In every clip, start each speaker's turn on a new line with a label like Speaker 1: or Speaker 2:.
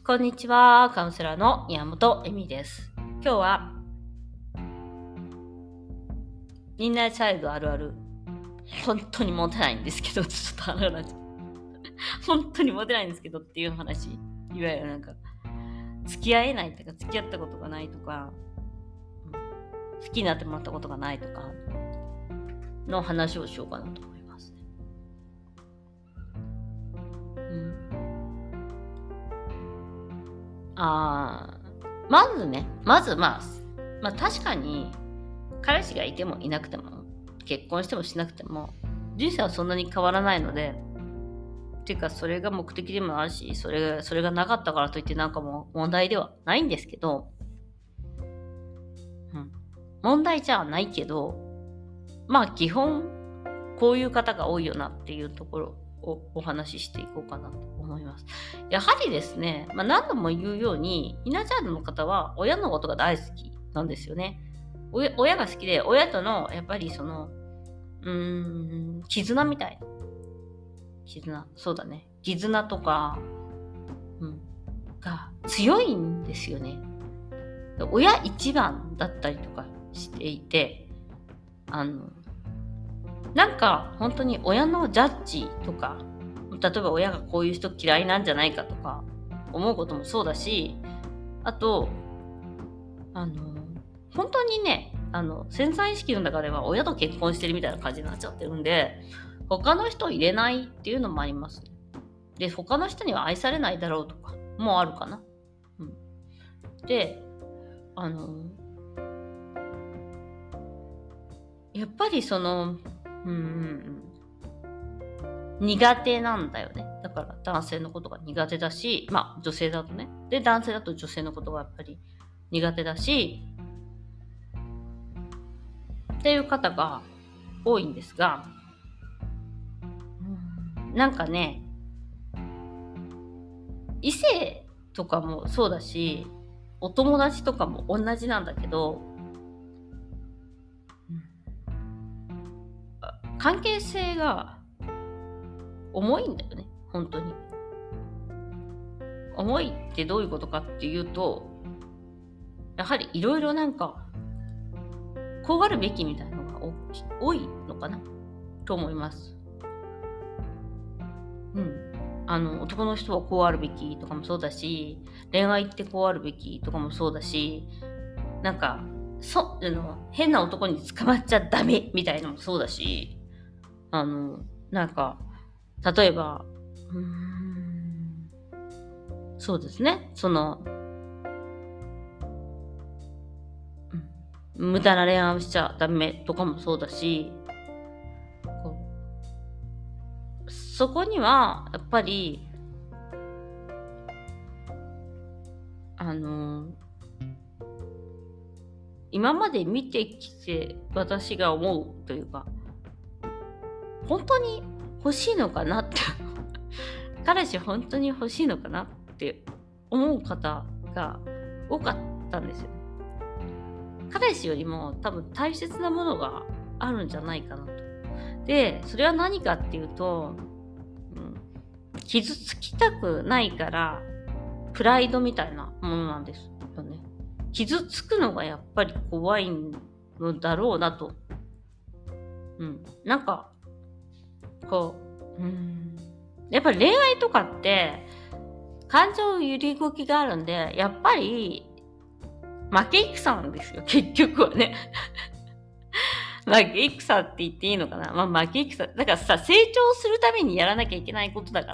Speaker 1: こんにちは、カウンセラーの宮本恵美です。今日はインナーチャイルドあるある、本当にモテないんですけど、ちょっと話が本当にモテないんですけどっていう話、いわゆる付き合えないとか、付き合ったことがないとか、好きになってもらったことがないとかの話をしようかなと思いますね。まず確かに彼氏がいてもいなくても結婚してもしなくても人生はそんなに変わらないので、っていうかそれが目的でもあるし、それがなかったからといってもう問題ではないんですけど、問題じゃないけど、基本こういう方が多いよなっていうところをお話ししていこうかなと思います。やはりですね、何度も言うようにインナーチャイルドの方は親のことが大好きなんですよね。親が好きで、親とのやっぱり絆みたいな絆とか、が強いんですよね。親一番だったりとかしていて、本当に親のジャッジとか、例えば親がこういう人嫌いなんじゃないかとか思うこともそうだし、あと本当にね、潜在意識の中では親と結婚してるみたいな感じになっちゃってるんで、他の人を入れないっていうのもあります。で、他の人には愛されないだろうとかもあるかな。で、やっぱり苦手なんだよね。だから男性のことが苦手だし、女性だとね。で、男性だと女性のことがやっぱり苦手だし、っていう方が多いんですが、異性とかもそうだし、お友達とかも同じなんだけど、関係性が重いんだよね、本当に。重いってどういうことかっていうと、やはりいろいろこうあるべきみたいなのが多いのかなと思います。男の人はこうあるべきとかもそうだし、恋愛ってこうあるべきとかもそうだし、変な男に捕まっちゃダメみたいなのもそうだし、例えば、そうですね、無駄な恋愛をしちゃダメとかもそうだし、そこにはやっぱり今まで見てきて私が思うというか、本当に欲しいのかなって彼氏本当に欲しいのかなって思う方が多かったんですよ。彼氏よりも多分大切なものがあるんじゃないかなと。で、それは何かっていうと、傷つきたくないからプライドみたいなものなんですよね。傷つくのがやっぱり怖いのだろうなと。やっぱり恋愛とかって感情揺り動きがあるんで、やっぱり負け戦なんですよ、結局はね。負け戦って言っていいのかな。負け戦。だからさ、成長するためにやらなきゃいけないことだから、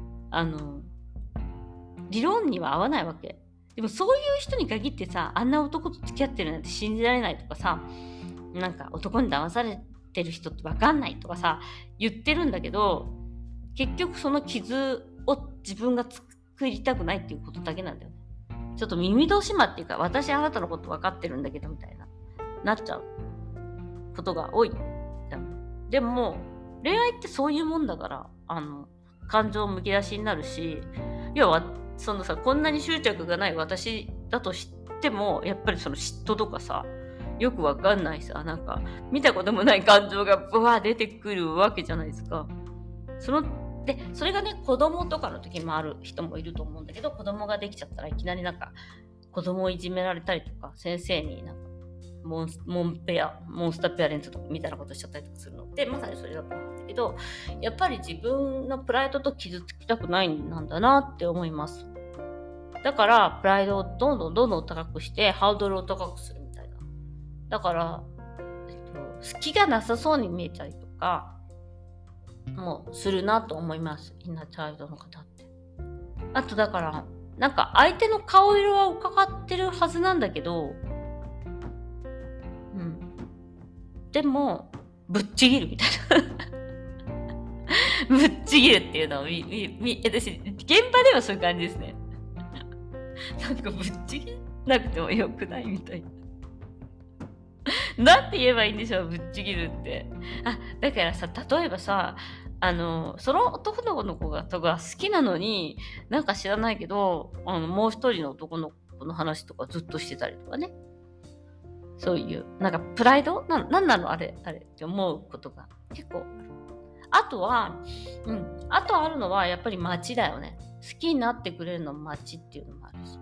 Speaker 1: 理論には合わないわけ。でもそういう人に限ってさ、あんな男と付き合ってるなんて信じられないとかさ、男に騙されてる人って分かんないとかさ、言ってるんだけど、結局その傷を自分が作りたくないっていうことだけなんだよね。ちょっと耳通し魔っていうか、私あなたのこと分かってるんだけどみたいなっちゃうことが多い。でも恋愛ってそういうもんだから、感情むき出しになるし、要はこんなに執着がない私だとしても、やっぱり嫉妬とかさ、よくわかんないさ、見たこともない感情がブワー出てくるわけじゃないですか。そので、それがね、子供とかの時もある人もいると思うんだけど、子供ができちゃったらいきなりなんか、子供をいじめられたりとか、先生になんか、モンスターペアレントとかみたいなことしちゃったりとかするので、まさにそれだと思うんだけど、やっぱり自分のプライドと傷つきたくないんだなって思います。だから、プライドをどんどん高くして、ハードルを高くするみたいな。だから、好きがなさそうに見えたりとか、もうするなと思います。インナーチャイルドの方って。あとだから、なんか相手の顔色は伺ってるはずなんだけど、でも、ぶっちぎるみたいな。ぶっちぎるっていうのを私、現場ではそういう感じですね。なんかぶっちぎらなくてもよくないみたいな。なんて言えばいいんでしょう、ぶっちぎるって。だからさ、例えばさ、その男の子が好きなのに、なんか知らないけど、もう一人の男の子の話とかずっとしてたりとかね。そういう、なんかプライドなんなのあれって思うことが結構ある。あとあるのはやっぱり街だよね。好きになってくれるの街っていうのもあるし。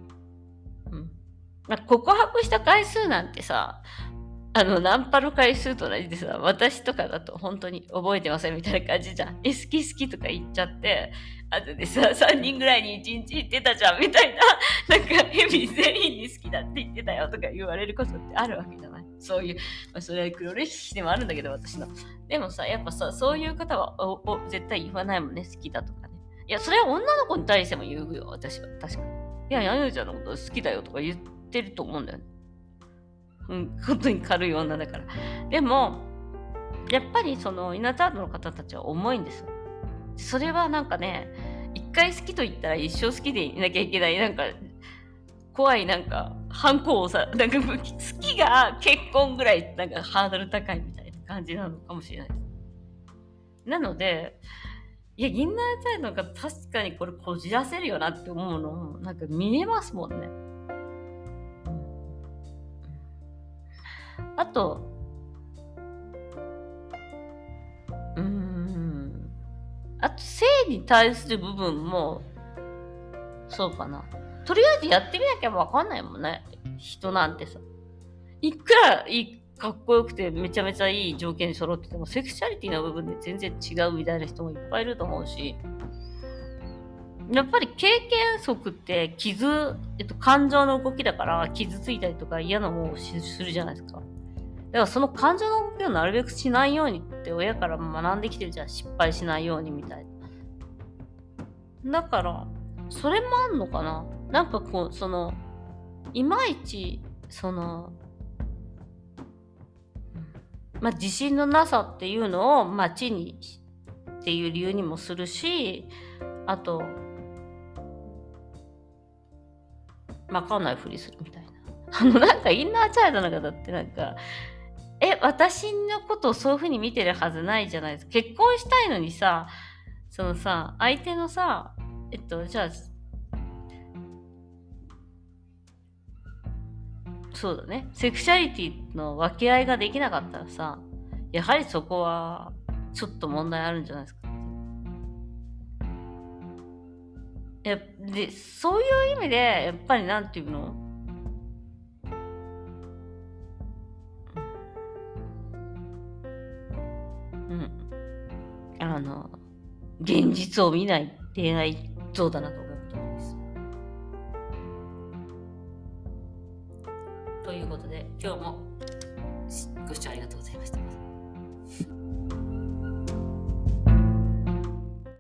Speaker 1: 告白した回数なんてさ、ナンパの回数と同じでさ、私とかだと本当に覚えてませんみたいな感じじゃん。好きとか言っちゃって、あとでさ、3人ぐらいに1日言ってたじゃんみたいな、なんかヘビ全員に好きだって言ってたよとか言われることってあるわけじゃない。そういう、それは黒歴史でもあるんだけど、私の。でもさ、やっぱさ、そういう方は絶対言わないもんね、好きだとかね。いや、それは女の子に対しても言うよ、私は。確かに。いや、ヤヌちゃんのこと好きだよとか言ってると思うんだよね。本当に軽い女だから。でも、やっぱりそのイナタードの方たちは重いんです。それはなんかね、一回好きと言ったら一生好きでいなきゃいけない、なんか、怖いなんか、反抗をさ、なんか好きが結婚ぐらいなんかハードル高いみたいな感じなのかもしれないです。なので、いや、インナーチャイルドが確かにこれこじらせるよなって思うの、なんか見えますもんね。あと、あと性に対する部分も、そうかな。とりあえずやってみなきゃわかんないもんね。人なんてさ。いくらかっこよくてめちゃめちゃいい条件に揃ってても、セクシャリティの部分で全然違うみたいな人もいっぱいいると思うし、やっぱり経験則って感情の動きだから傷ついたりとか嫌な思いをするじゃないですか。だからその感情の動きをなるべくしないようにって親から学んできてるじゃん。失敗しないようにみたいな。だから、それもあんのかな。なんかこう、いまいち、自信のなさっていうのを街にっていう理由にもするし、あと、わかんないふりするみたいな。なんかインナーチャイルドの方ってなんか、私のことをそういう風に見てるはずないじゃないですか。結婚したいのにさ、相手のさ、じゃあ、そうだね。セクシャリティの分け合いができなかったらさ、やはりそこは、ちょっと問題あるんじゃないですか。で、そういう意味で、やっぱりなんていうの？現実を見ない恋愛像だなと思うと思います。ということで、今日もご視聴ありがとうございました。